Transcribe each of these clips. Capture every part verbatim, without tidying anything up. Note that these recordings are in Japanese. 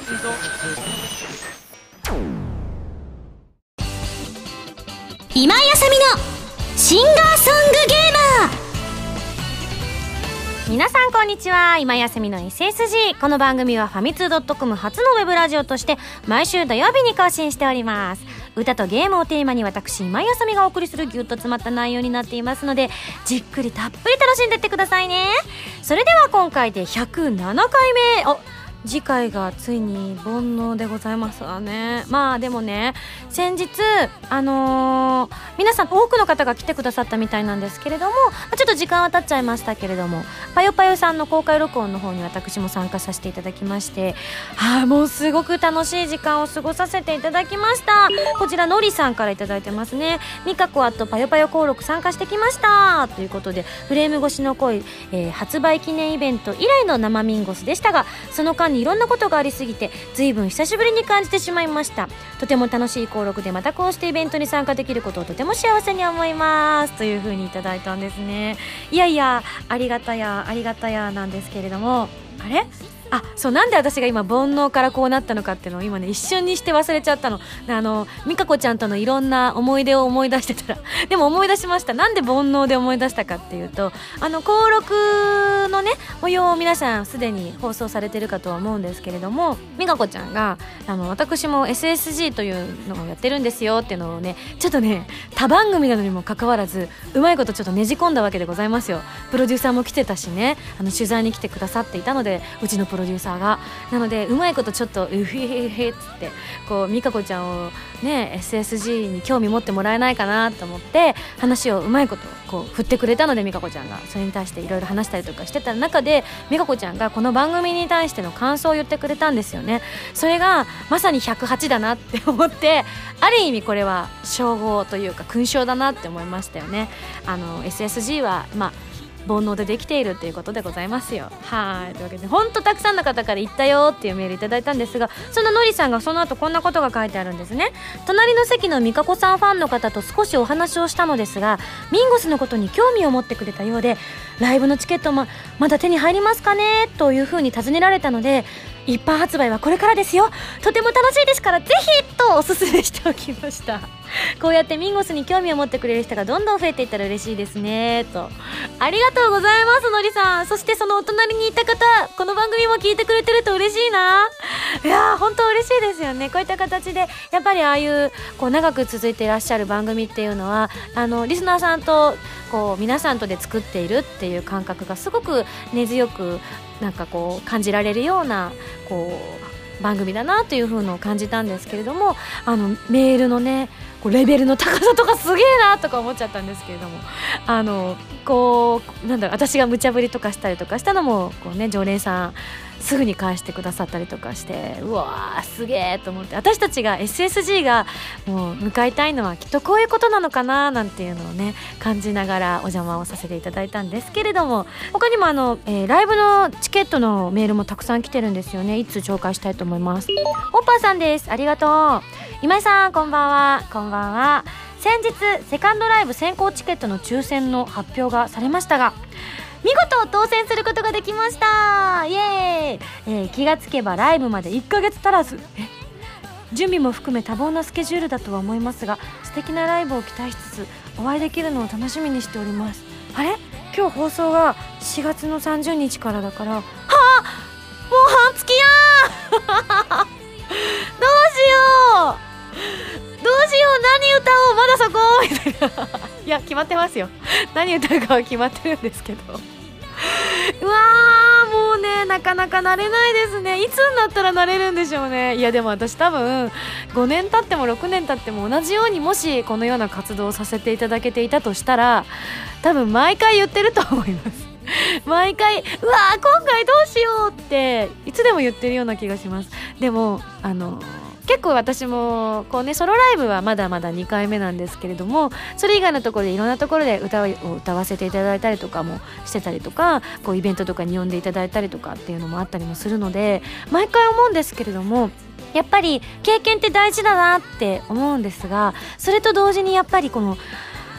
今井あさみのシンガーソングゲーマー。皆さんこんにちは、今井あさみの エスエスジー。 この番組はファミツー .com 初のウェブラジオとして毎週土曜日に更新しております。歌とゲームをテーマに私今井あさみがお送りするギュッと詰まった内容になっていますので、じっくりたっぷり楽しんでいってくださいね。それでは今回でひゃくななかいめ、お次回がついに煩悩でございますわね。まあでもね、先日あのー、皆さん多くの方が来てくださったみたいなんですけれども、ちょっと時間は経っちゃいましたけれども、ぱよぱよさんの公開録音の方に私も参加させていただきまして、はあ、もうすごく楽しい時間を過ごさせていただきました。こちらのりさんからいただいてますね。みかこあとぱよぱよ登録参加してきましたということで、フレーム越しの恋、えー、発売記念イベント以来の生ミンゴスでしたが、その間にいろんなことがありすぎて随分久しぶりに感じてしまいました。とても楽しい登録で、またこうしてイベントに参加できることをとても幸せに思いますという風にいただいたんですね。いやいや、ありがたやありがたやなんですけれども、あれあ、そう、なんで私が今煩悩からこうなったのかっていうのを今ね一瞬にして忘れちゃったの。あの美香子ちゃんとのいろんな思い出を思い出してたらでも思い出しました。なんで煩悩で思い出したかっていうと、あの登録のね模様を皆さんすでに放送されてるかとは思うんですけれども、美香子ちゃんがあの私も エスエスジー というのをやってるんですよっていうのをね、ちょっとね他番組なのにもかかわらずうまいことちょっとねじ込んだわけでございますよ。プロデューサーも来てたしね、あの取材に来てくださっていたので、うちのプロデューサーがなのでうまいことちょっとうふへへっつってこう美香子ちゃんをね エスエスジー に興味持ってもらえないかなと思って話をうまいことこう振ってくれたので、美香子ちゃんがそれに対していろいろ話したりとかしてた中で、美香子ちゃんがこの番組に対しての感想を言ってくれたんですよね。それがまさにひゃくはちだなって思って、ある意味これは称号というか勲章だなって思いましたよね。あの エスエスジー はまあ煩悩でできているということでございますよ。はい、というわけで本当たくさんの方から言ったよっていうメールいただいたんですが、そののりさんがその後こんなことが書いてあるんですね。隣の席の美香子さんファンの方と少しお話をしたのですが、ミンゴスのことに興味を持ってくれたようで、ライブのチケットもまだ手に入りますかねというふうに尋ねられたので、一般発売はこれからですよ、とても楽しいですからぜひとおすすめしておきました。こうやってミンゴスに興味を持ってくれる人がどんどん増えていったら嬉しいですねと。ありがとうございますのりさん。そしてそのお隣にいた方、この番組も聞いてくれてると嬉しいな。いやー本当嬉しいですよね。こういった形でやっぱりああいうこう長く続いていらっしゃる番組っていうのは、あのリスナーさんとこう皆さんとで作っているっていう感覚がすごく根強くなんかこう感じられるようなこう番組だなという風のを感じたんですけれども、あのメールのねこうレベルの高さとかすげえなとか思っちゃったんですけれども、あのこうなんだろう、私が無茶ぶりとかしたりとかしたのもこうね常連さんすぐに返してくださったりとかして、うわーすげえと思って、私たちが エスエスジー がもう向かいたいのはきっとこういうことなのかななんていうのをね感じながらお邪魔をさせていただいたんですけれども、他にもあの、えー、ライブのチケットのメールもたくさん来てるんですよね。いつ紹介したいと思います。オッパーさんです。ありがとう。今井さんこんばんは。こんばんは。先日セカンドライブ先行チケットの抽選の発表がされましたが、見事当選することができました。イエーイ、えー、気がつけばライブまでいっかげつ足らず。え準備も含め多忙なスケジュールだとは思いますが、素敵なライブを期待しつつお会いできるのを楽しみにしております。あれ今日放送がしがつのさんじゅうにちからだから、はあもう半月やーどうしようどうしよう何歌おうまだそこみたいないや決まってますよ。何歌うかは決まってるんですけどうわーもうねなかなか慣れないですね。いつになったら慣れるんでしょうね。いやでも私多分ごねん経ってもろくねん経っても同じようにもしこのような活動をさせていただけていたとしたら、多分毎回言ってると思います毎回うわー今回どうしようっていつでも言ってるような気がします。でもあの結構私もこうねソロライブはまだまだにかいめなんですけれども、それ以外のところでいろんなところで歌を歌わせていただいたりとかもしてたりとか、こうイベントとかに呼んでいただいたりとかっていうのもあったりもするので、毎回思うんですけれども、やっぱり経験って大事だなって思うんですが、それと同時にやっぱりこの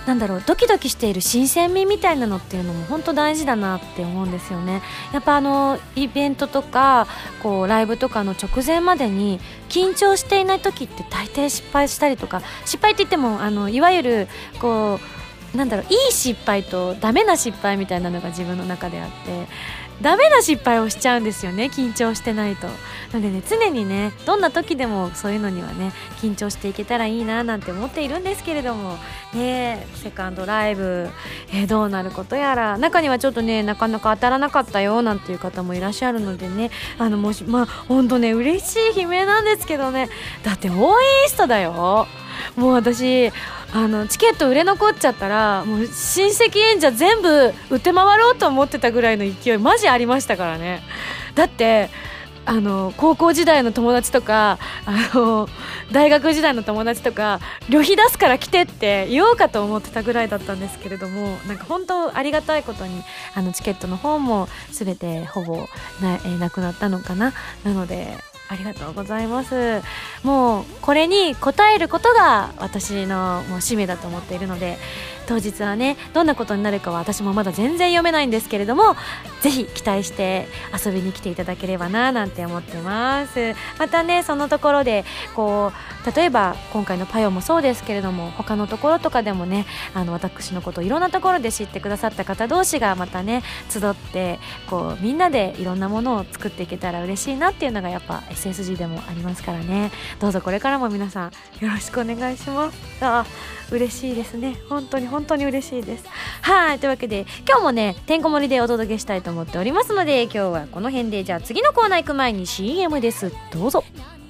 なんだろう、ドキドキしている新鮮味みたいなのっていうのも本当大事だなって思うんですよね。やっぱあのイベントとかこうライブとかの直前までに緊張していない時って大抵失敗したりとか、失敗って言ってもあのいわゆるこうなんだろう、いい失敗とダメな失敗みたいなのが自分の中であって、ダメな失敗をしちゃうんですよね、緊張してないと。なのでね、常にね、どんな時でもそういうのにはね緊張していけたらいいななんて思っているんですけれどもね。セカンドライブ、えー、どうなることやら、中にはちょっとねなかなか当たらなかったよなんていう方もいらっしゃるのでね、あのもしまあほんとね嬉しい悲鳴なんですけどね。だって応援ストだよ。もう私あのチケット売れ残っちゃったらもう親戚演者全部売って回ろうと思ってたぐらいの勢いマジありましたからね。だってあの高校時代の友達とかあの大学時代の友達とか旅費出すから来てって言おうかと思ってたぐらいだったんですけれども、なんか本当ありがたいことにあのチケットの方も全てほぼ な,、えー、なくなったのかな。なのでありがとうございます。もうこれに応えることが私のもう使命だと思っているので、当日はねどんなことになるかは私もまだ全然読めないんですけれども、ぜひ期待して遊びに来ていただければななんて思ってます。またねそのところでこう例えば今回のパヨもそうですけれども、他のところとかでもねあの私のことをいろんなところで知ってくださった方同士がまたね集ってこうみんなでいろんなものを作っていけたら嬉しいなっていうのがやっぱ エスエスジー でもありますからね。どうぞこれからも皆さんよろしくお願いします。あ嬉しいですね、本当に本当に嬉しいです。はい、というわけで今日もねてんこ盛りでお届けしたいと思っておりますので、今日はこの辺で。じゃあ次のコーナー行く前に シーエム です。どうぞ。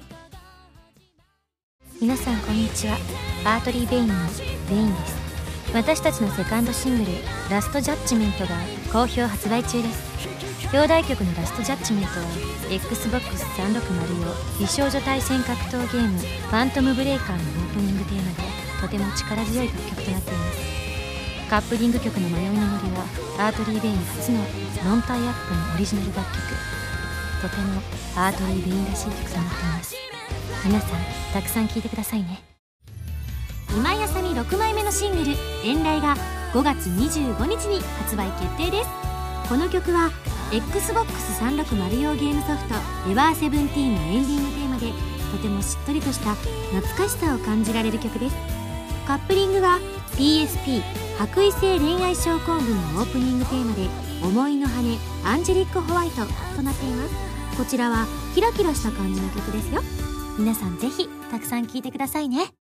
皆さんこんにちは、バートリー・ベインのベインです。私たちのセカンドシングルラストジャッジメントが好評発売中です。表題曲のラストジャッジメントは エックスボックスさんびゃくよ美少女対戦格闘ゲームファントムブレイカーのオープニングテーマでとても力強い楽曲となっています。カップリング曲の迷いの森はアートリー・ベイン初のノンタイアップのオリジナル楽曲。とてもアートリー・ベインらしい曲となっています。皆さんたくさん聴いてくださいね。今井あさみろくまいめのシングル「遠雷」がごがつにじゅうごにちに発売決定です。この曲は エックスボックスさんびゃく用ゲームソフト「エバーセブンティーン」のエンディングテーマでとてもしっとりとした懐かしさを感じられる曲です。カップリングは ピーエスピー 白衣性恋愛症候群のオープニングテーマで思いの羽アンジェリック・ホワイトとなっています。こちらはキラキラした感じの曲ですよ。皆さんぜひたくさん聴いてくださいね。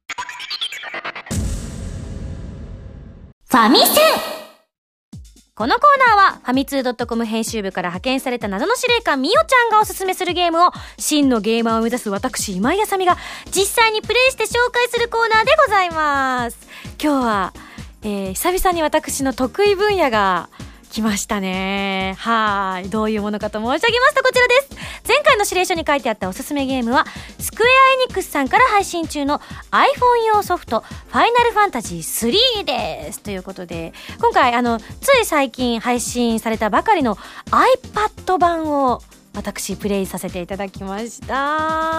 ファミセン。このコーナーはファミツー .com 編集部から派遣された謎の司令官みおちゃんがおすすめするゲームを真のゲーマーを目指す私今井あさみが実際にプレイして紹介するコーナーでございます。今日は、えー、久々に私の得意分野が来ましたね。はい、どういうものかと申し上げますとこちらです。前回の指令書に書いてあったおすすめゲームはスクエアエニックスさんから配信中の iPhone 用ソフトファイナルファンタジースリーです。ということで今回あのつい最近配信されたばかりの iPad 版を私プレイさせていただきました。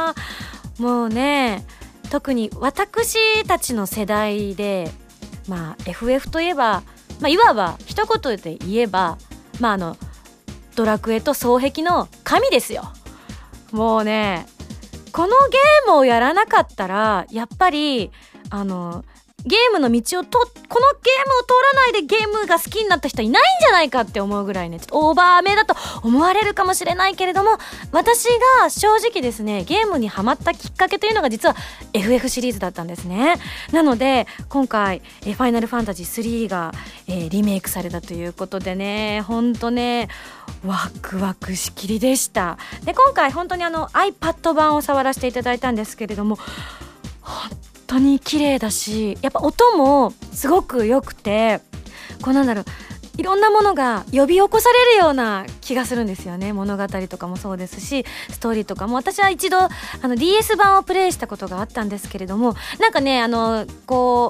もうね特に私たちの世代でまあ エフエフ といえばまあ、いわば一言で言えば、まあ、あのドラクエと双璧の神ですよ。もうねこのゲームをやらなかったらやっぱりあのゲームの道をとこのゲームを通らないでゲームが好きになった人いないんじゃないかって思うぐらいねちょっとオーバーめだと思われるかもしれないけれども、私が正直ですねゲームにハマったきっかけというのが実は エフエフ シリーズだったんですね。なので今回えファイナルファンタジースリーが、えー、リメイクされたということでねほんとねワクワクしきりでした。で今回本当にあの iPad 版を触らせていただいたんですけれども本当に綺麗だしやっぱ音もすごく良くてこうなんだろういろんなものが呼び起こされるような気がするんですよね。物語とかもそうですしストーリーとかも私は一度あの ディーエス 版をプレイしたことがあったんですけれどもなんかねあのこう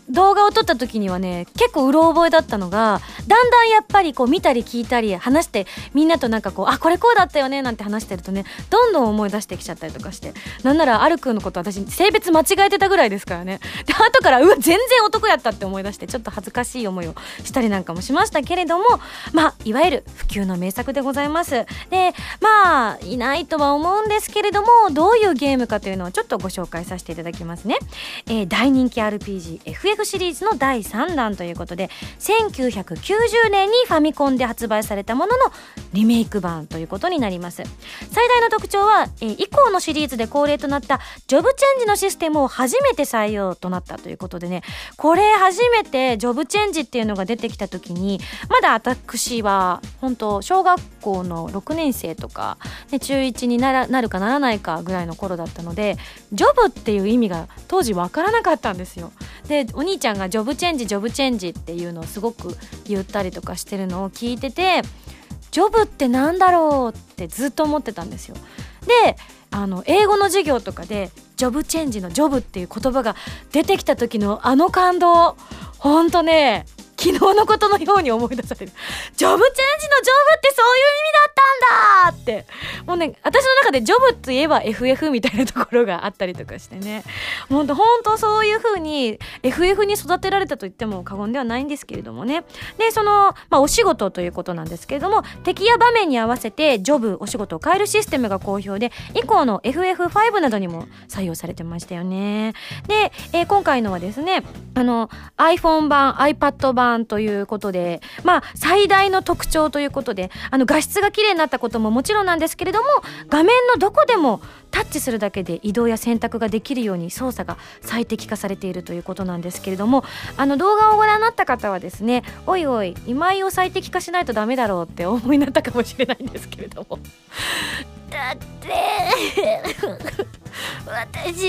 動画を撮った時にはね結構うろ覚えだったのが、だんだんやっぱりこう見たり聞いたり話してみんなとなんかこうあこれこうだったよねなんて話してるとねどんどん思い出してきちゃったりとかして、なんならアルくんのこと私性別間違えてたぐらいですからね。で後からうわ全然男やったって思い出してちょっと恥ずかしい思いをしたりなんかもしましたけれども、まあいわゆる不朽の名作でございます。でまあいないとは思うんですけれども、どういうゲームかというのをちょっとご紹介させていただきますね。えー、大人気 アールピージー エフエフ シリーズのだいさんだんということで、せんきゅうひゃくきゅうじゅうねんにファミコンで発売されたもののリメイク版ということになります。最大の特徴は、えー、以降のシリーズで恒例となったジョブチェンジのシステムを初めて採用となったということでね、これ初めてジョブチェンジっていうのが出てきた時に、まだ私は本当小学校のろくねんせいとか、ね、中いちにな ら, なるかならないかぐらいの頃だったので、ジョブっていう意味が当時わからなかったんですよ。でお兄ちゃんがジョブチェンジジョブチェンジっていうのをすごく言ったりとかしてるのを聞いてて、ジョブってなんだろうってずっと思ってたんですよ。であの英語の授業とかでジョブチェンジのジョブっていう言葉が出てきた時のあの感動、ほんとね昨日のことのように思い出される。ジョブチェンジのジョブってそういう意味だったんだって、もうね私の中でジョブといえば エフエフ みたいなところがあったりとかしてね、ほんとほんとそういう風に エフエフ に育てられたと言っても過言ではないんですけれどもね。でその、まあ、お仕事ということなんですけれども、敵や場面に合わせてジョブお仕事を変えるシステムが好評で、以降の エフエフファイブ などにも採用されてましたよね。で、えー、今回のはですね、あの iPhone 版 iPad 版ということで、まあ最大の特徴ということで、あの画質が綺麗になったことももちろんなんですけれども、画面のどこでもタッチするだけで移動や選択ができるように操作が最適化されているということなんですけれども、あの動画をご覧になった方はですね、おいおい今井を最適化しないとダメだろうって思いになったかもしれないんですけれどもだって私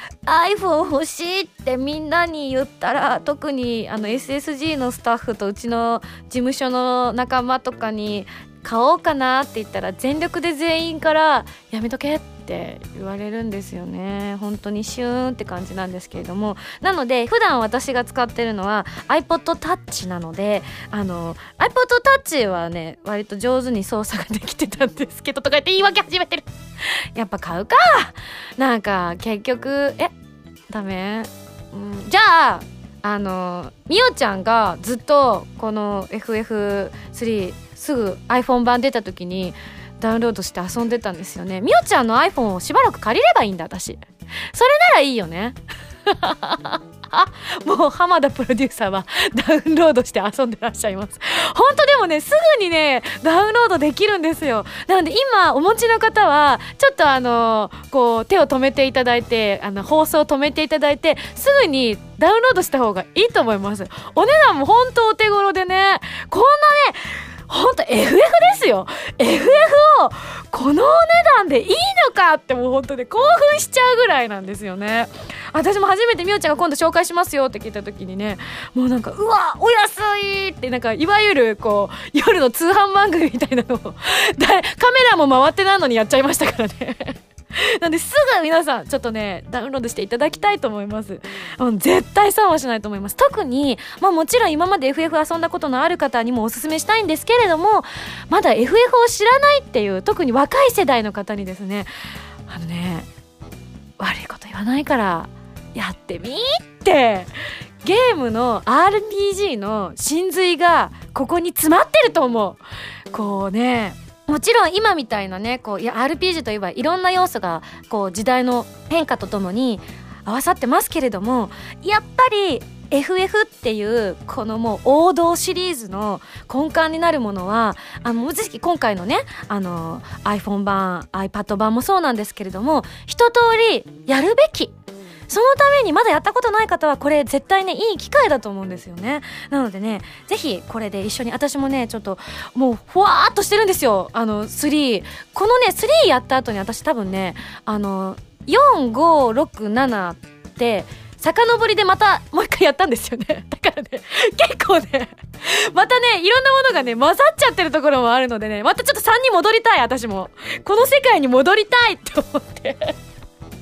iPhone 欲しいってみんなに言ったら、特にあの エスエスジー のスタッフとうちの事務所の仲間とかに買おうかなって言ったら、全力で全員からやめとけって言われるんですよね。本当にシューンって感じなんですけれども、なので普段私が使ってるのは iPod Touch なので、あの iPod Touch はね割と上手に操作ができてたんですけどとか言って言い訳始めてるやっぱ買うかなんか結局えダメ、うん、じゃああのみおちゃんがずっとこの エフエフスリー すぐ iPhone 版出た時にダウンロードして遊んでたんですよね。みおちゃんの iPhone をしばらく借りればいいんだ私。それならいいよねあ、もう浜田プロデューサーはダウンロードして遊んでらっしゃいます。本当でもねすぐにねダウンロードできるんですよ。なので今お持ちの方はちょっとあのこう手を止めていただいて、あの放送を止めていただいてすぐにダウンロードした方がいいと思います。お値段も本当お手頃でね、こんなねほんと エフエフ ですよ。 エフエフ をこのお値段でいいのかってもう本当に興奮しちゃうぐらいなんですよね。私も初めてみおちゃんが今度紹介しますよって聞いた時にね、もうなんかうわお安いって、なんかいわゆるこう夜の通販番組みたいなのをカメラも回ってないのにやっちゃいましたからねなんですぐ皆さんちょっとねダウンロードしていただきたいと思います。うん、絶対損はしないと思います。特に、まあ、もちろん今まで エフエフ 遊んだことのある方にもおすすめしたいんですけれども、まだ エフエフ を知らないっていう特に若い世代の方にですね、あのね悪いこと言わないからやってみーってゲームの アールピージー の真髄がここに詰まってると思う。こうねもちろん今みたいなねこういや アールピージー といえばいろんな要素がこう時代の変化とともに合わさってますけれども、やっぱり エフエフ っていうこのもう王道シリーズの根幹になるものは、あのぜひ今回のねあの iPhone 版 iPad 版もそうなんですけれども、一通りやるべき。そのためにまだやったことない方はこれ絶対ねいい機会だと思うんですよね。なのでねぜひこれで一緒に、私もねちょっともうふわーっとしてるんですよ、あのスリー。このねスリーやった後に私多分ねあのよん、ご、ろく、ななって遡りでまたもう一回やったんですよね。だからね結構ねまたねいろんなものがね混ざっちゃってるところもあるのでね、またちょっとさんに戻りたい。私もこの世界に戻りたいって思って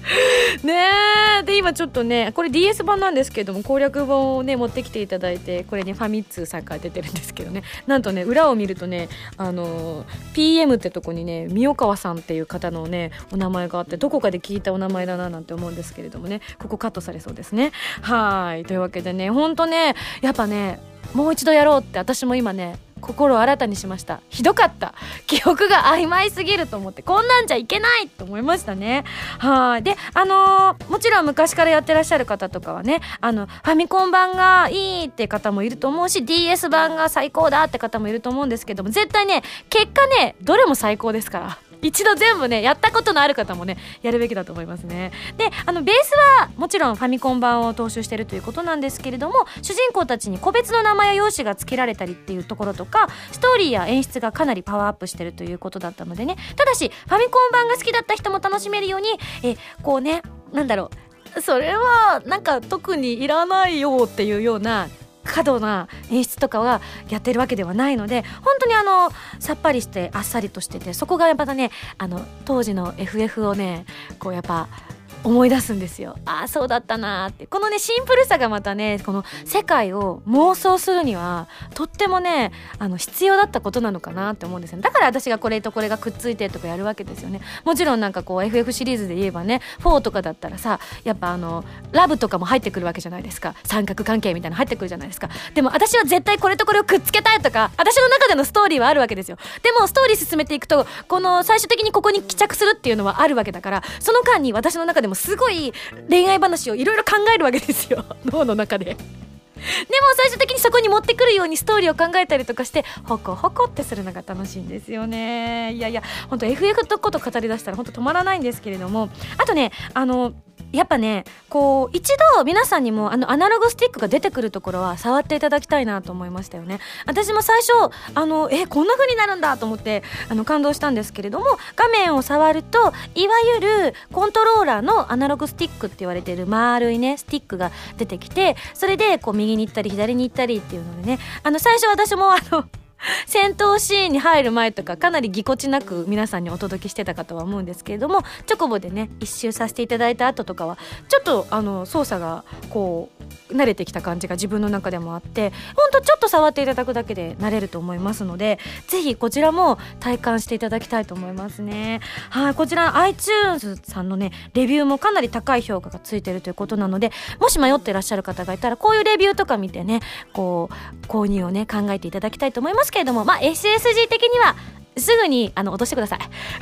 ねえ。で今ちょっとねこれ ディーエス 版なんですけども攻略本をね持ってきていただいて、これねファミ通さんから出てるんですけどね、なんとね裏を見るとねあの ピーエム ってとこにね三代川さんっていう方のねお名前があって、どこかで聞いたお名前だななんて思うんですけれどもね、ここカットされそうですね。はい、というわけでねほんとねやっぱねもう一度やろうって私も今ね心を新たにしました。ひどかった、記憶が曖昧すぎると思って、こんなんじゃいけないと思いましたね。はい。であのー、もちろん昔からやってらっしゃる方とかはね、あのファミコン版がいいって方もいると思うし ディーエス 版が最高だって方もいると思うんですけども、絶対ね結果ねどれも最高ですから、一度全部ねやったことのある方もねやるべきだと思いますね。であのベースはもちろんファミコン版を踏襲しているということなんですけれども、主人公たちに個別の名前や容姿が付けられたりっていうところとか、ストーリーや演出がかなりパワーアップしてるということだったのでね、ただしファミコン版が好きだった人も楽しめるようにえこうね、なんだろう、それはなんか特にいらないよっていうような過度な演出とかはやってるわけではないので、本当にあのさっぱりしてあっさりとしてて、そこがやっぱねあの当時の エフエフ をねこうやっぱ思い出すんですよ。ああそうだったなーって、このねシンプルさがまたねこの世界を妄想するにはとってもねあの必要だったことなのかなって思うんですよね。だから私がこれとこれがくっついてとかやるわけですよね。もちろんなんかこう エフエフ シリーズで言えばねフォーとかだったらさ、やっぱあのラブとかも入ってくるわけじゃないですか、三角関係みたいなの入ってくるじゃないですか。でも私は絶対これとこれをくっつけたいとか私の中でのストーリーはあるわけですよ。でもストーリー進めていくとこの最終的にここに帰着するっていうのはあるわけだから、その間に私の中でもすごい恋愛話をいろいろ考えるわけですよ脳の中で。でも最終的にそこに持ってくるようにストーリーを考えたりとかしてホコホコってするのが楽しいんですよね。いやいや本当 エフエフ のこと語り出したら本当止まらないんですけれども、あとねあのやっぱねこう一度皆さんにもあのアナログスティックが出てくるところは触っていただきたいなと思いましたよね。私も最初あのえこんな風になるんだと思ってあの感動したんですけれども、画面を触るといわゆるコントローラーのアナログスティックって言われている丸いねスティックが出てきて、それでこう右に行ったり左に行ったりっていうのでね、あの最初私もあの戦闘シーンに入る前とかかなりぎこちなく皆さんにお届けしてたかとは思うんですけれども、チョコボでね一周させていただいた後とかはちょっとあの操作がこう慣れてきた感じが自分の中でもあって、ほんとちょっと触っていただくだけで慣れると思いますので、ぜひこちらも体感していただきたいと思いますね。はい、こちら iTunes さんのねレビューもかなり高い評価がついてるということなので、もし迷ってらっしゃる方がいたらこういうレビューとか見てねこう購入をね考えていただきたいと思いますけれども、まあ エスエスジー 的にはすぐにあの落としてください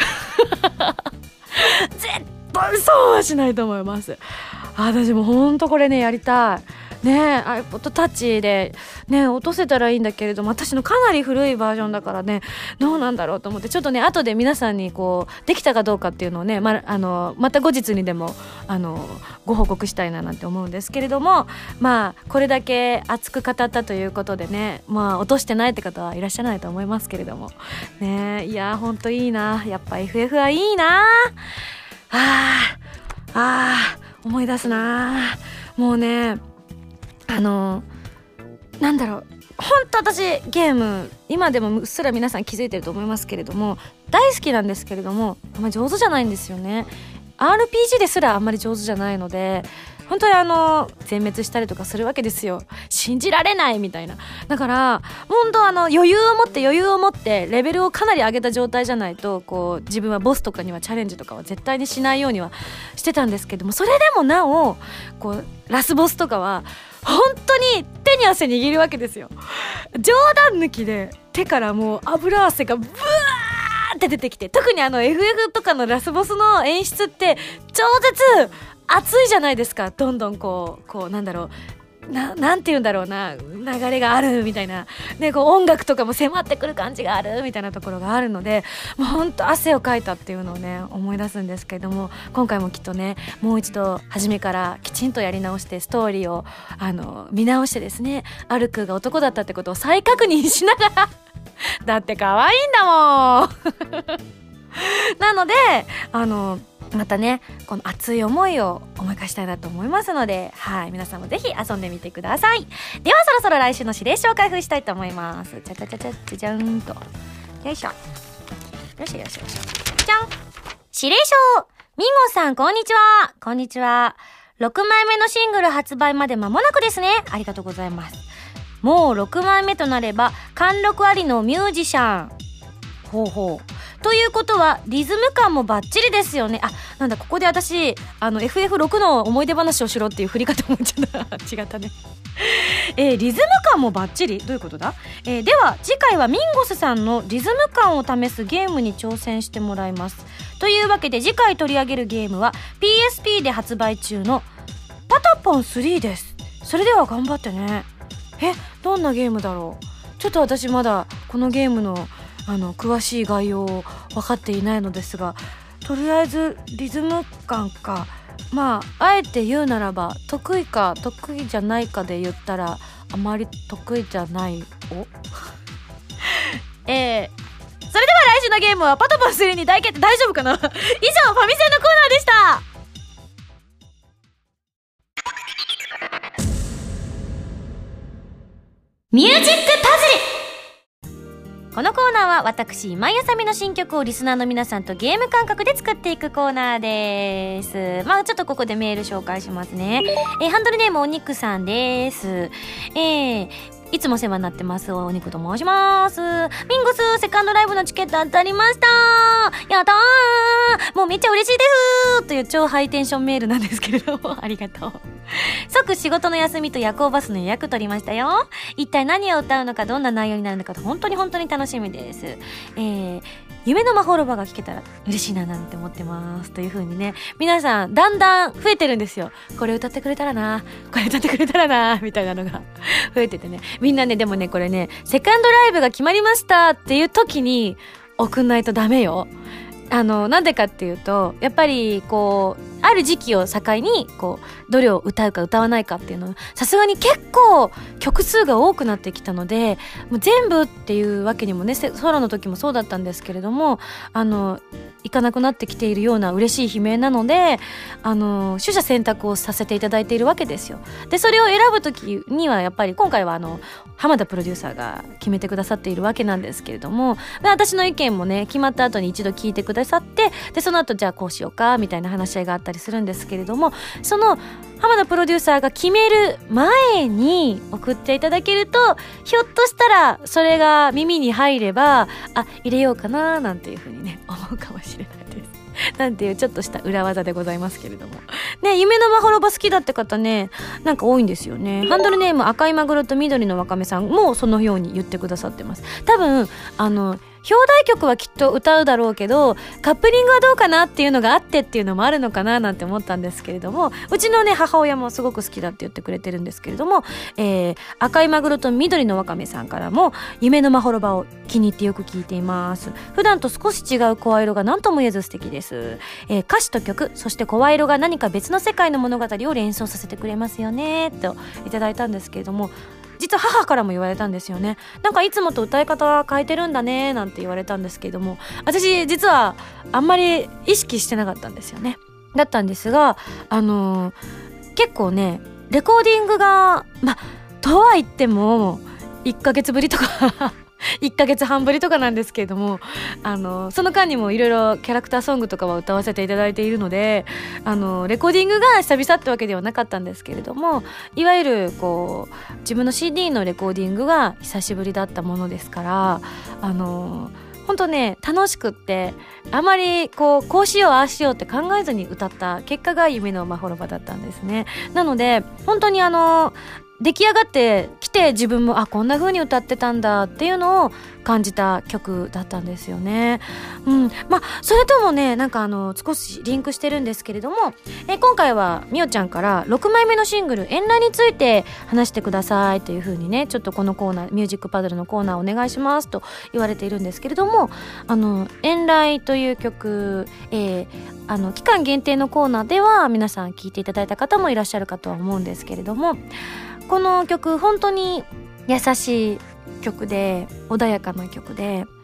絶対そうはしないと思います。私もほんとこれねやりたいねえ、iPod Touch でね落とせたらいいんだけれども、私のかなり古いバージョンだからねどうなんだろうと思って、ちょっとね後で皆さんにこうできたかどうかっていうのをね ま, あのまた後日にでもあのご報告したいななんて思うんですけれども、まあこれだけ熱く語ったということでね、まあ落としてないって方はいらっしゃらないと思いますけれどもね、いやほんといいな、やっぱ エフエフ はいいなああ思い出すな。もうねあのなんだろう、本当私ゲーム今でもうっすら皆さん気づいてると思いますけれども大好きなんですけれども、あんまり上手じゃないんですよね。 アールピージー ですらあんまり上手じゃないので、本当にあの全滅したりとかするわけですよ。信じられないみたいな。だから本当あの余裕を持って余裕を持ってレベルをかなり上げた状態じゃないとこう自分はボスとかにはチャレンジとかは絶対にしないようにはしてたんですけども、それでもなおこうラスボスとかは本当に手に汗握るわけですよ。冗談抜きで手からもう油汗がブワーって出てきて、特にあの エフエフ とかのラスボスの演出って超絶熱いじゃないですか。どんどんこうこうなんだろうな、なんて言うんだろうな、流れがあるみたいな、ね、こう音楽とかも迫ってくる感じがあるみたいなところがあるので、もうほんと汗をかいたっていうのをね思い出すんですけれども、今回もきっとねもう一度初めからきちんとやり直してストーリーをあの見直してですね、アルクが男だったってことを再確認しながらだって可愛いんだもんなのであのまたねこの熱い思いを思い返したいなと思いますので、はい、皆さんもぜひ遊んでみてください。ではそろそろ来週の指令書を開封したいと思います。ちゃちゃちゃちゃちゃじゃんと、よいしょよいしょよいしょよいしょ、じゃん。指令書ミンゴさん、こんにちは。こんにちは。ろくまいめのシングル発売まで間もなくですね。ありがとうございます。もうろくまいめとなれば貫禄ありのミュージシャン。ほうほう。ということはリズム感もバッチリですよね。あ、なんだ、ここで私あの エフエフろく の思い出話をしろっていう振り方思っちゃった違ったねえー、リズム感もバッチリ、どういうことだ、えー、では次回はミンゴスさんのリズム感を試すゲームに挑戦してもらいます。というわけで次回取り上げるゲームは ピーエスピー で発売中のパタポンスリーです。それでは頑張ってね。え、どんなゲームだろう。ちょっと私まだこのゲームのあの詳しい概要を分かっていないのですが、とりあえずリズム感か、まああえて言うならば得意か得意じゃないかで言ったらあまり得意じゃないおえー、それでは来週のゲームはパタポンスリーに大決定。大丈夫かな以上ファミセンのコーナーでした。ミュージックパズル。このコーナーは私今井あさみの新曲をリスナーの皆さんとゲーム感覚で作っていくコーナーです。まあちょっとここでメール紹介しますね。えー、ハンドルネームお肉さんです。えーいつも世話になってますお肉と申します。ミンゴスセカンドライブのチケット当たりました。やったー、もうめっちゃ嬉しいですという超ハイテンションメールなんですけれどもありがとう。即仕事の休みと夜行バスの予約取りましたよ。一体何を歌うのか、どんな内容になるのかと本当に本当に楽しみです。えー夢のまほろばが聞けたら嬉しいななんて思ってますという風にね、皆さんだんだん増えてるんですよ。これ歌ってくれたらな、これ歌ってくれたらなみたいなのが増えててね、みんなね、でもねこれねセカンドライブが決まりましたっていう時に送んないとダメよ。あのなんでかっていうと、やっぱりこうある時期を境にこうどれを歌うか歌わないかっていうのさすがに結構曲数が多くなってきたので、もう全部っていうわけにもね、ソロの時もそうだったんですけれども、あのいかなくなってきているような嬉しい悲鳴なので、あの取捨選択をさせていただいているわけですよ。でそれを選ぶ時にはやっぱり今回はあの浜田プロデューサーが決めてくださっているわけなんですけれども、私の意見もね決まった後に一度聞いてくださって、でその後じゃあこうしようかみたいな話し合いがあったりするんですけれども、その浜田プロデューサーが決める前に送っていただけると、ひょっとしたらそれが耳に入れば、あ、入れようかななんていう風にね思うかもしれないです。なんていうちょっとした裏技でございますけれどもね、夢のまほろば好きだって方ね、なんか多いんですよね。ハンドルネーム赤いマグロと緑のわかめさんもそのように言ってくださってます。多分あの表題曲はきっと歌うだろうけど、カップリングはどうかなっていうのがあってっていうのもあるのかななんて思ったんですけれども、うちのね母親もすごく好きだって言ってくれてるんですけれども、えー、赤いマグロと緑のわかめさんからも夢のまほろばを気に入ってよく聞いています。普段と少し違う声色が何とも言えず素敵です。えー、歌詞と曲、そして声色が何か別の世界の物語を連想させてくれますよねといただいたんですけれども、実は母からも言われたんですよね。なんかいつもと歌い方変えてるんだねなんて言われたんですけれども、私実はあんまり意識してなかったんですよね。だったんですが、あのー、結構ねレコーディングがまあとは言ってもいっかげつぶりとかいっかげつはんぶりとかなんですけれども、あのその間にもいろいろキャラクターソングとかは歌わせていただいているので、あのレコーディングが久々ってわけではなかったんですけれども、いわゆるこう自分の シーディー のレコーディングが久しぶりだったものですから、あの本当ね楽しくって、あまりこうこうしようああしようって考えずに歌った結果が夢のまほろばだったんですね。なので本当にあの出来上がってきて自分もあこんな風に歌ってたんだっていうのを感じた曲だったんですよね。うん、まあそれともねなんかあの少しリンクしてるんですけれども、え今回はみおちゃんからろくまいめのシングル遠雷について話してくださいという風にね、ちょっとこのコーナーミュージックパズルのコーナーお願いしますと言われているんですけれども、あの遠雷という曲、えー、あの期間限定のコーナーでは皆さん聴いていただいた方もいらっしゃるかとは思うんですけれども、この曲本当に優しい曲で穏やかな曲で、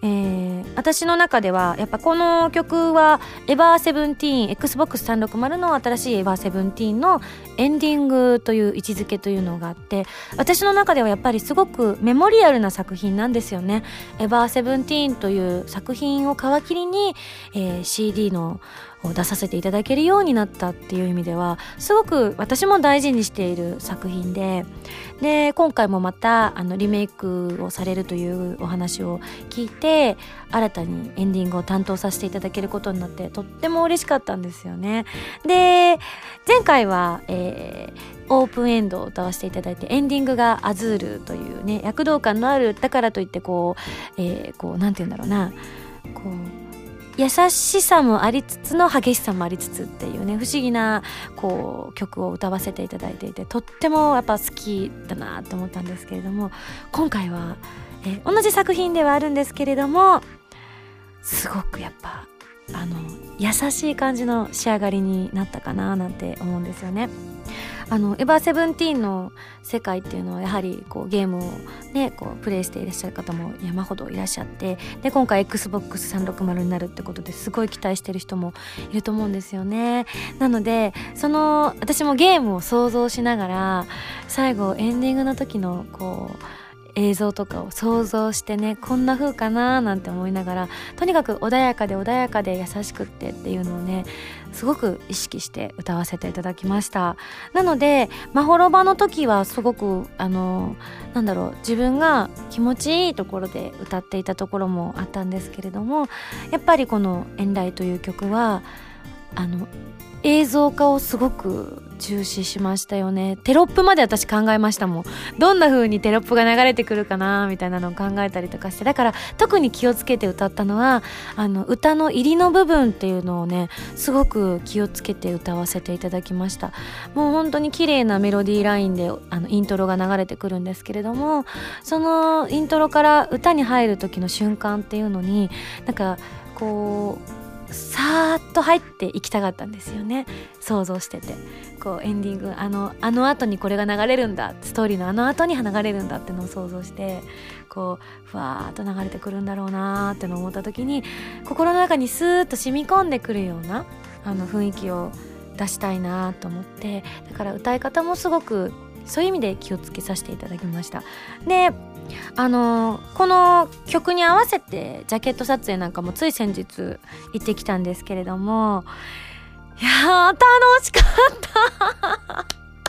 えー、私の中ではやっぱこの曲はエバーセブンティーン エックスボックスさんびゃくろくじゅう の新しいエバーセブンティーンのエンディングという位置づけというのがあって、私の中ではやっぱりすごくメモリアルな作品なんですよね。エバーセブンティーンという作品を皮切りに、えー、シーディー のを出させていただけるようになったっていう意味ではすごく私も大事にしている作品で、で今回もまたあのリメイクをされるというお話を聞いて新たにエンディングを担当させていただけることになってとっても嬉しかったんですよね。で前回は、えー、オープンエンドを歌わせていただいてエンディングがアズールというね躍動感のあるだからといってこう、えー、こうなんて言うんだろうなこう優しさもありつつの激しさもありつつっていうね不思議なこう曲を歌わせていただいていてとってもやっぱ好きだなと思ったんですけれども、今回は、えー、同じ作品ではあるんですけれどもすごくやっぱあの優しい感じの仕上がりになったかななんて思うんですよね。あのエバーセブンティーンの世界っていうのはやはりこうゲームをねこうプレイしていらっしゃる方も山ほどいらっしゃって、で今回 エックスボックスさんびゃくろくじゅう になるってことですごい期待してる人もいると思うんですよね。なのでその私もゲームを想像しながら最後エンディングの時のこう映像とかを想像してねこんな風かななんて思いながらとにかく穏やかで穏やかで優しくってっていうのをねすごく意識して歌わせていただきました。なのでまほろばの時はすごくあのなんだろう自分が気持ちいいところで歌っていたところもあったんですけれども、やっぱりこのエンライという曲はあの映像化をすごく重視しましたよね。テロップまで私考えましたもん。どんな風にテロップが流れてくるかなみたいなのを考えたりとかして、だから特に気をつけて歌ったのはあの歌の入りの部分っていうのをねすごく気をつけて歌わせていただきました。もう本当に綺麗なメロディーラインであのイントロが流れてくるんですけれども、そのイントロから歌に入る時の瞬間っていうのになんかこうさーっと入っていきたかったんですよね。想像しててこうエンディングあのあの後にこれが流れるんだ、ストーリーのあの後に流れるんだってのを想像してこうふわーっと流れてくるんだろうなーってのを思った時に心の中にスーッと染み込んでくるようなあの雰囲気を出したいなと思って、だから歌い方もすごくそういう意味で気をつけさせていただきました。であのー、この曲に合わせてジャケット撮影なんかもつい先日行ってきたんですけれども、いやー楽しかった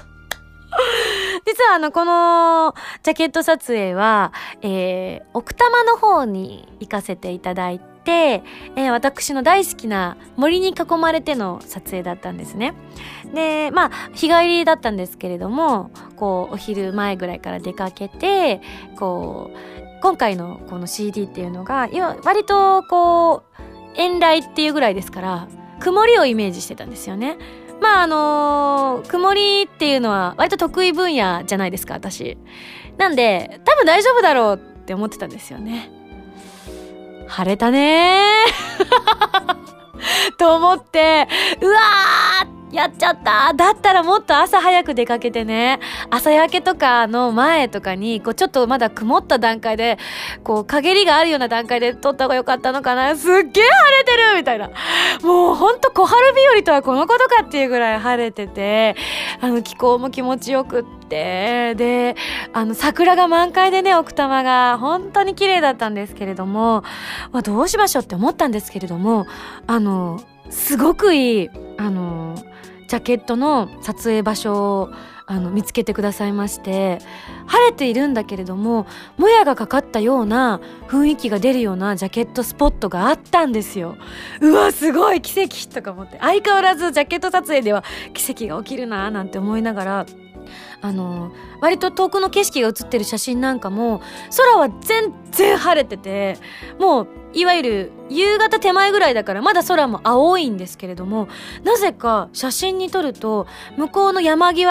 実はあのこのジャケット撮影は、えー、奥多摩の方に行かせていただいて、えー、私の大好きな森に囲まれての撮影だったんですね。でまあ日帰りだったんですけれどもこうお昼前ぐらいから出かけてこう今回のこの シーディー っていうのが割とこう遠来っていうぐらいですから曇りをイメージしてたんですよね。まああのー、曇りっていうのは割と得意分野じゃないですか私。なんで多分大丈夫だろうって思ってたんですよね。晴れたねーと思ってうわーやっちゃっただったらもっと朝早く出かけてね朝焼けとかの前とかにこうちょっとまだ曇った段階でこう陰りがあるような段階で撮った方がよかったのかな。すっげー晴れてるみたいな、もうほんと小春日和とはこのことかっていうぐらい晴れててあの気候も気持ちよくってであの桜が満開でね奥多摩が本当に綺麗だったんですけれども、まあ、どうしましょうって思ったんですけれどもあのすごくいいあのジャケットの撮影場所をあの見つけてくださいまして、晴れているんだけれどももやがかかったような雰囲気が出るようなジャケットスポットがあったんですよ。うわすごい奇跡とか思って、相変わらずジャケット撮影では奇跡が起きるななんて思いながらあの割と遠くの景色が写ってる写真なんかも空は全然晴れててもういわゆる夕方手前ぐらいだからまだ空も青いんですけれども、なぜか写真に撮ると向こうの山際がこ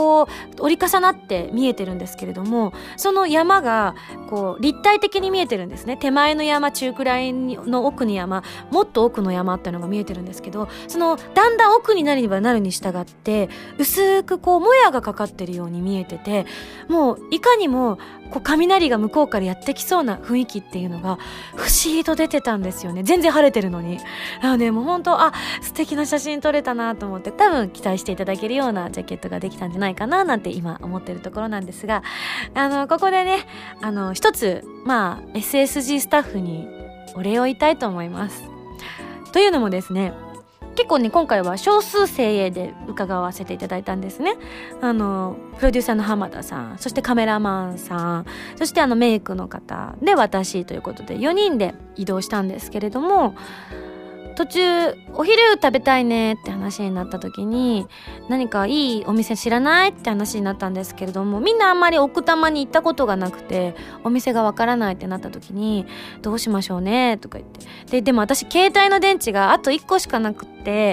こう折り重なって見えてるんですけれども、その山がこう立体的に見えてるんですね。手前の山、中くらいの奥に山、もっと奥の山っていうのが見えてるんですけど、そのだんだん奥になればなるに従って薄くこうもやがかかってるように見えてて、もういかにもこう雷が向こうからやってきそうな雰囲気っていうのが不思議と出てたんですよね。全然晴れてるのに。あのね、もう本当、あ、素敵な写真撮れたなと思って、多分期待していただけるようなジャケットができたんじゃないかななんて今思ってるところなんですが、あのここでね、あの一つまあ エスエスジー スタッフにお礼を言いたいと思います。というのもですね、結構ね今回は少数精鋭で伺わせていただいたんですね。あのプロデューサーの浜田さん、そしてカメラマンさん、そしてあのメイクの方で私ということでよにんで移動したんですけれども、途中お昼食べたいねって話になった時に、何かいいお店知らないって話になったんですけれども、みんなあんまり奥多摩に行ったことがなくてお店がわからないってなった時に、どうしましょうねとか言って、ででも私携帯の電池があといっこしかなくって、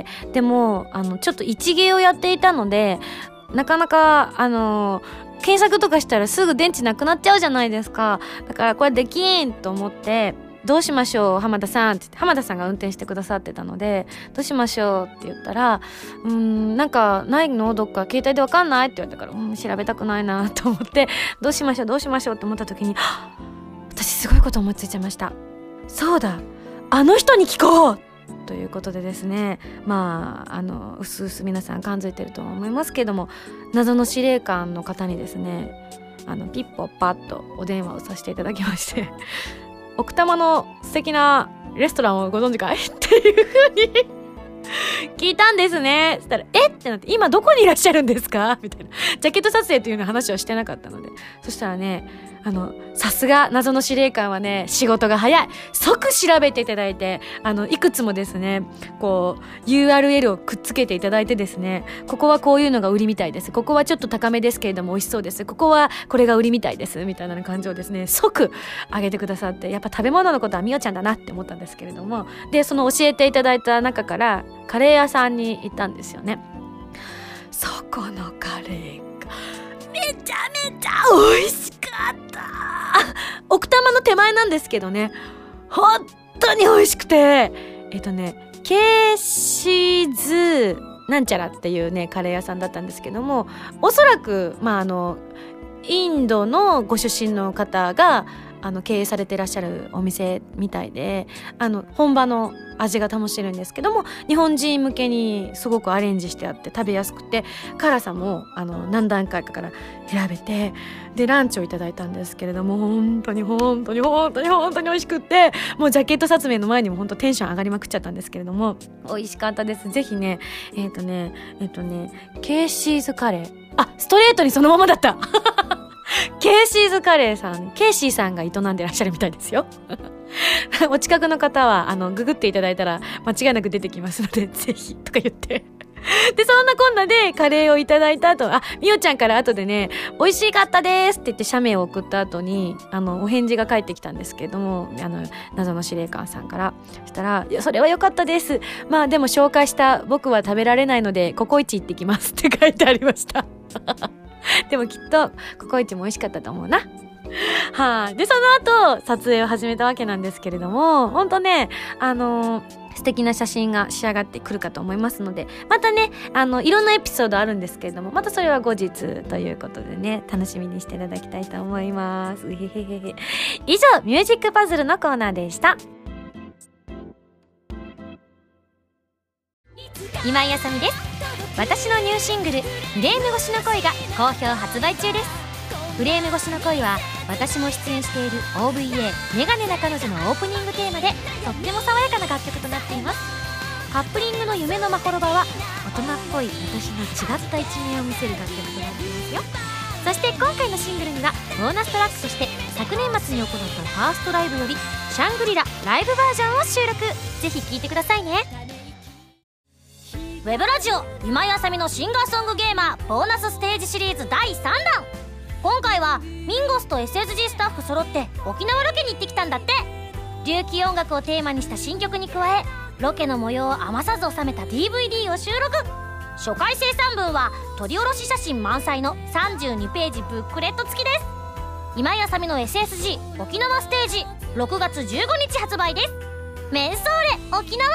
でもあのちょっと一芸をやっていたので、なかなかあの検索とかしたらすぐ電池なくなっちゃうじゃないですか。だからこれできんと思って、どうしましょう浜田さんって言って、浜田さんが運転してくださってたので、どうしましょうって言ったら、うーんなんかないの、どっか携帯でわかんないって言われたから、うん、調べたくないなと思って、どうしましょうどうしましょうって思った時に、私すごいこと思いついちゃいました。そうだ、あの人に聞こうということでですね、まああのうすうす皆さん感づいてると思いますけども、謎の司令官の方にですね、あのピッポッパッとお電話をさせていただきまして奥多摩の素敵なレストランをご存知かいっていう風に聞いたんですね。そしたらえってなって、今どこにいらっしゃるんですかみたいな、ジャケット撮影というような話はしてなかったので、そしたらね、あのさすが謎の司令官はね仕事が早い、即調べていただいて、あのいくつもですねこう ユーアールエル をくっつけていただいてですね、ここはこういうのが売りみたいです、ここはちょっと高めですけれども美味しそうです、ここはこれが売りみたいですみたいな感じをですね即上げてくださって、やっぱ食べ物のことはみおちゃんだなって思ったんですけれども、でその教えていただいた中からカレー屋さんに行ったんですよね。そこのカレーがめちゃめちゃ美味しかった。奥多摩の手前なんですけどね、本当に美味しくて、えっとねケーシーズなんちゃらっていうねカレー屋さんだったんですけども、おそらくまああのインドのご出身の方があの経営されていらっしゃるお店みたいで、あの本場の味が楽しめるんですけども、日本人向けにすごくアレンジしてあって食べやすくて、辛さもあの何段階かから選べて、でランチをいただいたんですけれども、本当に本当に本当に本当に美味しくって、もうジャケット撮影の前にも本当テンション上がりまくっちゃったんですけれども、美味しかったです。ぜひねえっとねえっとねケーシーズカレー、あストレートにそのままだったケーシーズカレーさん、ケーシーさんが営んでらっしゃるみたいですよお近くの方はあのググっていただいたら間違いなく出てきますので、ぜひとか言ってでそんなこんなでカレーをいただいた後、あみおちゃんから後でね美味しかったですって言って写メを送った後にあのお返事が返ってきたんですけども、あの謎の司令官さんから、そしたらいやそれは良かったです、まあでも紹介した僕は食べられないのでココイチ行ってきますって書いてありましたでもきっとココイチも美味しかったと思うな。はい、あ、でその後撮影を始めたわけなんですけれども、本当ねあのー、素敵な写真が仕上がってくるかと思いますので、またねあのいろんなエピソードあるんですけれども、またそれは後日ということでね楽しみにしていただきたいと思います。うへへへへ。以上ミュージックパズルのコーナーでした。今井あさみです。私のニューシングルフレーム越しの恋が好評発売中です。フレーム越しの恋は私も出演している オーブイエー メガネな彼女のオープニングテーマでとっても爽やかな楽曲となっています。カップリングの夢のまほろばは大人っぽい私の違った一面を見せる楽曲となっていますよ。そして今回のシングルにはボーナストラックとして昨年末に行ったファーストライブよりシャングリラライブバージョンを収録。ぜひ聴いてくださいね。ウェブラジオ今井あさみのシンガーソングゲーマーボーナスステージシリーズだいさんだん。今回はミンゴスと エスエスジー スタッフ揃って沖縄ロケに行ってきたんだって。琉球音楽をテーマにした新曲に加えロケの模様を余さず収めた ディーブイディー を収録。 初回生産分は撮り下ろし写真満載のさんじゅうにページブックレット付きです。今井あさみの エスエスジー 沖縄ステージろくがつじゅうごにち発売です。メンソーレ沖縄。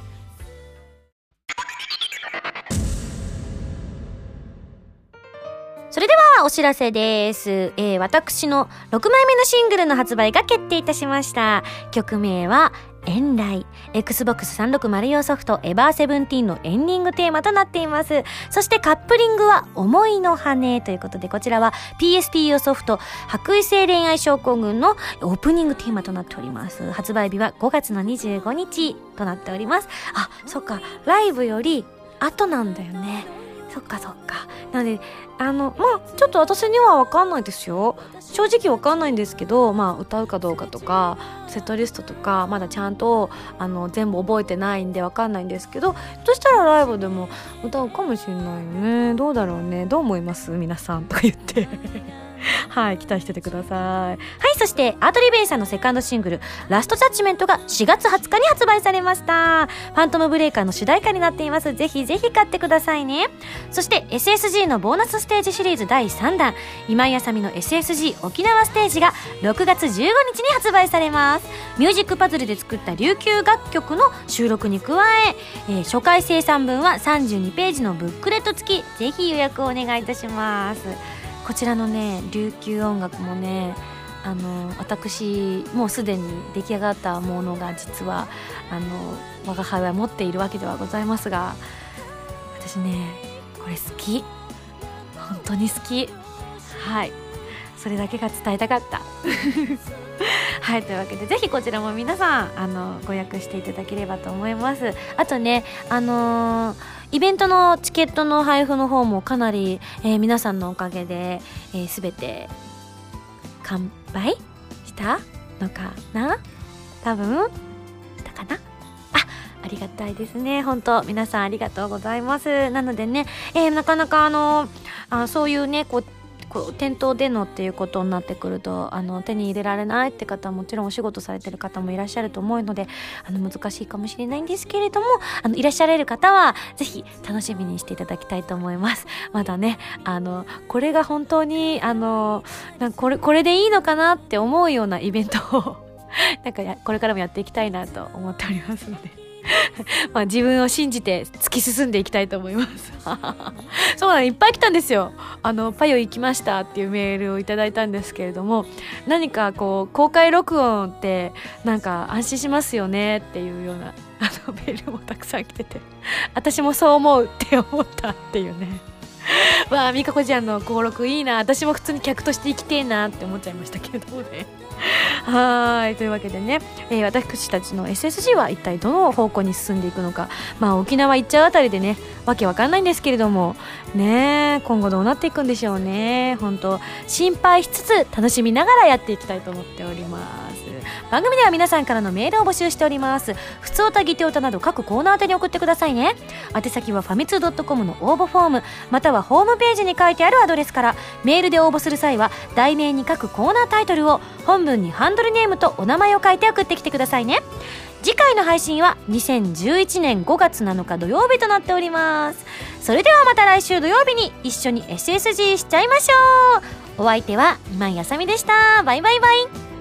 それではお知らせです、えー、私のろくまいめのシングルの発売が決定いたしました。曲名は遠来、 エックスボックスさんびゃくろくじゅう 用ソフトエバーセブンティーンのエンディングテーマとなっています。そしてカップリングは思いの羽ということで、こちらは ピーエスピー 用ソフト白衣性恋愛症候群のオープニングテーマとなっております。発売日はごがつのにじゅうごにちとなっております。あ、そっか、ライブより後なんだよね。そっかそっか。なのであのまあちょっと私には分かんないですよ。正直分かんないんですけど、まあ歌うかどうかとかセットリストとかまだちゃんとあの全部覚えてないんで分かんないんですけど、そしたらライブでも歌うかもしれないよね。どうだろうね、どう思います皆さんとか言ってはい、期待しててください。はい、そしてアートリベイさんのセカンドシングルラストジャッジメントがしがつはつかに発売されました。ファントムブレイカーの主題歌になっています。ぜひぜひ買ってくださいね。そして エスエスジー のボーナスステージシリーズだいさんだん今井あさみの エスエスジー 沖縄ステージがろくがつじゅうごにちに発売されます。ミュージックパズルで作った琉球楽曲の収録に加ええー、初回生産分はさんじゅうにページのブックレット付き。ぜひ予約をお願いいたします。こちらのね琉球音楽もね、あの私もうすでに出来上がったものが実はあの我が輩は持っているわけではございますが、私ねこれ好き、本当に好き。はい、それだけが伝えたかったはい、というわけでぜひこちらも皆さんあのご予約していただければと思います。あとねあのーイベントのチケットの配布の方もかなり、えー、皆さんのおかげで、えー、全て完売したのかな、多分したかな。あ、ありがたいですね。本当皆さんありがとうございます。なのでね、えー、なかなかあのあそういうねこうこう店頭でのっていうことになってくるとあの手に入れられないって方はもちろんお仕事されてる方もいらっしゃると思うのであの難しいかもしれないんですけれども、あのいらっしゃれる方はぜひ楽しみにしていただきたいと思います。まだねあのこれが本当にあのなんかこれこれでいいのかなって思うようなイベントをなんかやこれからもやっていきたいなと思っておりますのでまあ自分を信じて突き進んでいきたいと思いますそうだね、いっぱい来たんですよ。あのパヨ行きましたっていうメールをいただいたんですけれども、何かこう公開録音ってなんか安心しますよねっていうようなあのメールもたくさん来てて、私もそう思うって思ったっていうねわあ、みかこちゃんの登録いいな、私も普通に客として生きてえなって思っちゃいましたけれどもねはい、というわけでね、えー、私たちの エスエスジー は一体どの方向に進んでいくのか、まあ沖縄行っちゃうあたりでねわけわかんないんですけれどもね、今後どうなっていくんでしょうね。本当心配しつつ楽しみながらやっていきたいと思っております。番組では皆さんからのメールを募集しております。ふつおたぎておたなど各コーナー宛てに送ってくださいね。宛先はファミツー .com の応募フォームまたはホームページに書いてあるアドレスから。メールで応募する際は題名に書くコーナータイトルを、本文にハンドルネームとお名前を書いて送ってきてくださいね。次回の配信はにせんじゅういちねんごがつなのか土曜日となっております。それではまた来週土曜日に一緒に エスエスジー しちゃいましょう。お相手は今井あさみでした。バイバイバイ。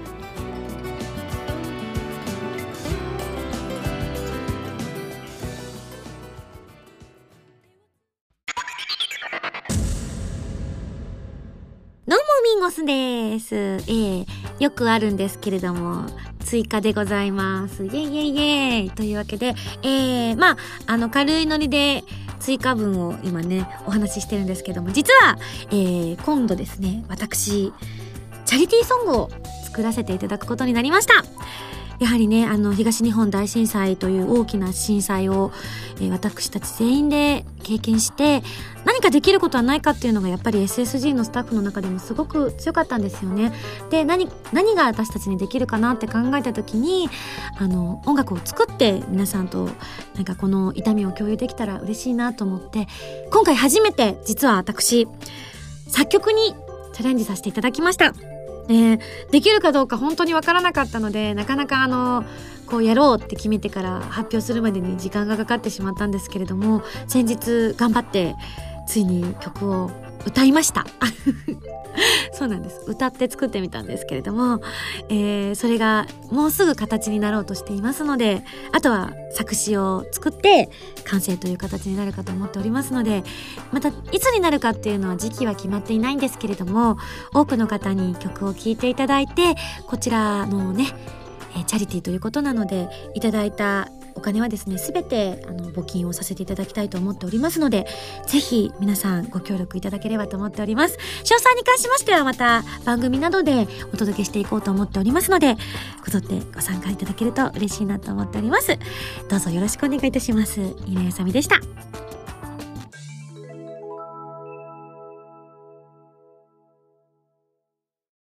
どうもミンゴスです、えー、よくあるんですけれども追加でございます。イェイイェイイェイというわけで、えー、まああの軽いノリで追加文を今ねお話ししてるんですけども、実は、えー、今度ですね私チャリティーソングを作らせていただくことになりました。やはりねあの東日本大震災という大きな震災を、えー、私たち全員で経験して何かできることはないかっていうのがやっぱり エスエスジー のスタッフの中でもすごく強かったんですよね。で 何, 何が私たちにできるかなって考えた時にあの音楽を作って皆さんとなんかこの痛みを共有できたら嬉しいなと思って今回初めて実は私作曲にチャレンジさせていただきました。 ね、できるかどうか本当にわからなかったので、なかなかあのこうやろうって決めてから発表するまでに時間がかかってしまったんですけれども、先日頑張ってついに曲を歌いましたそうなんです、歌って作ってみたんですけれども、えー、それがもうすぐ形になろうとしていますので、あとは作詞を作って完成という形になるかと思っておりますので、またいつになるかっていうのは時期は決まっていないんですけれども、多くの方に曲を聴いていただいて、こちらのね、えー、チャリティーということなのでいただいたお金はですね、すべてあの募金をさせていただきたいと思っておりますので、ぜひ皆さんご協力いただければと思っております。詳細に関しましてはまた番組などでお届けしていこうと思っておりますので、こぞってご参加いただけると嬉しいなと思っております。どうぞよろしくお願いいたします。今やさみでした。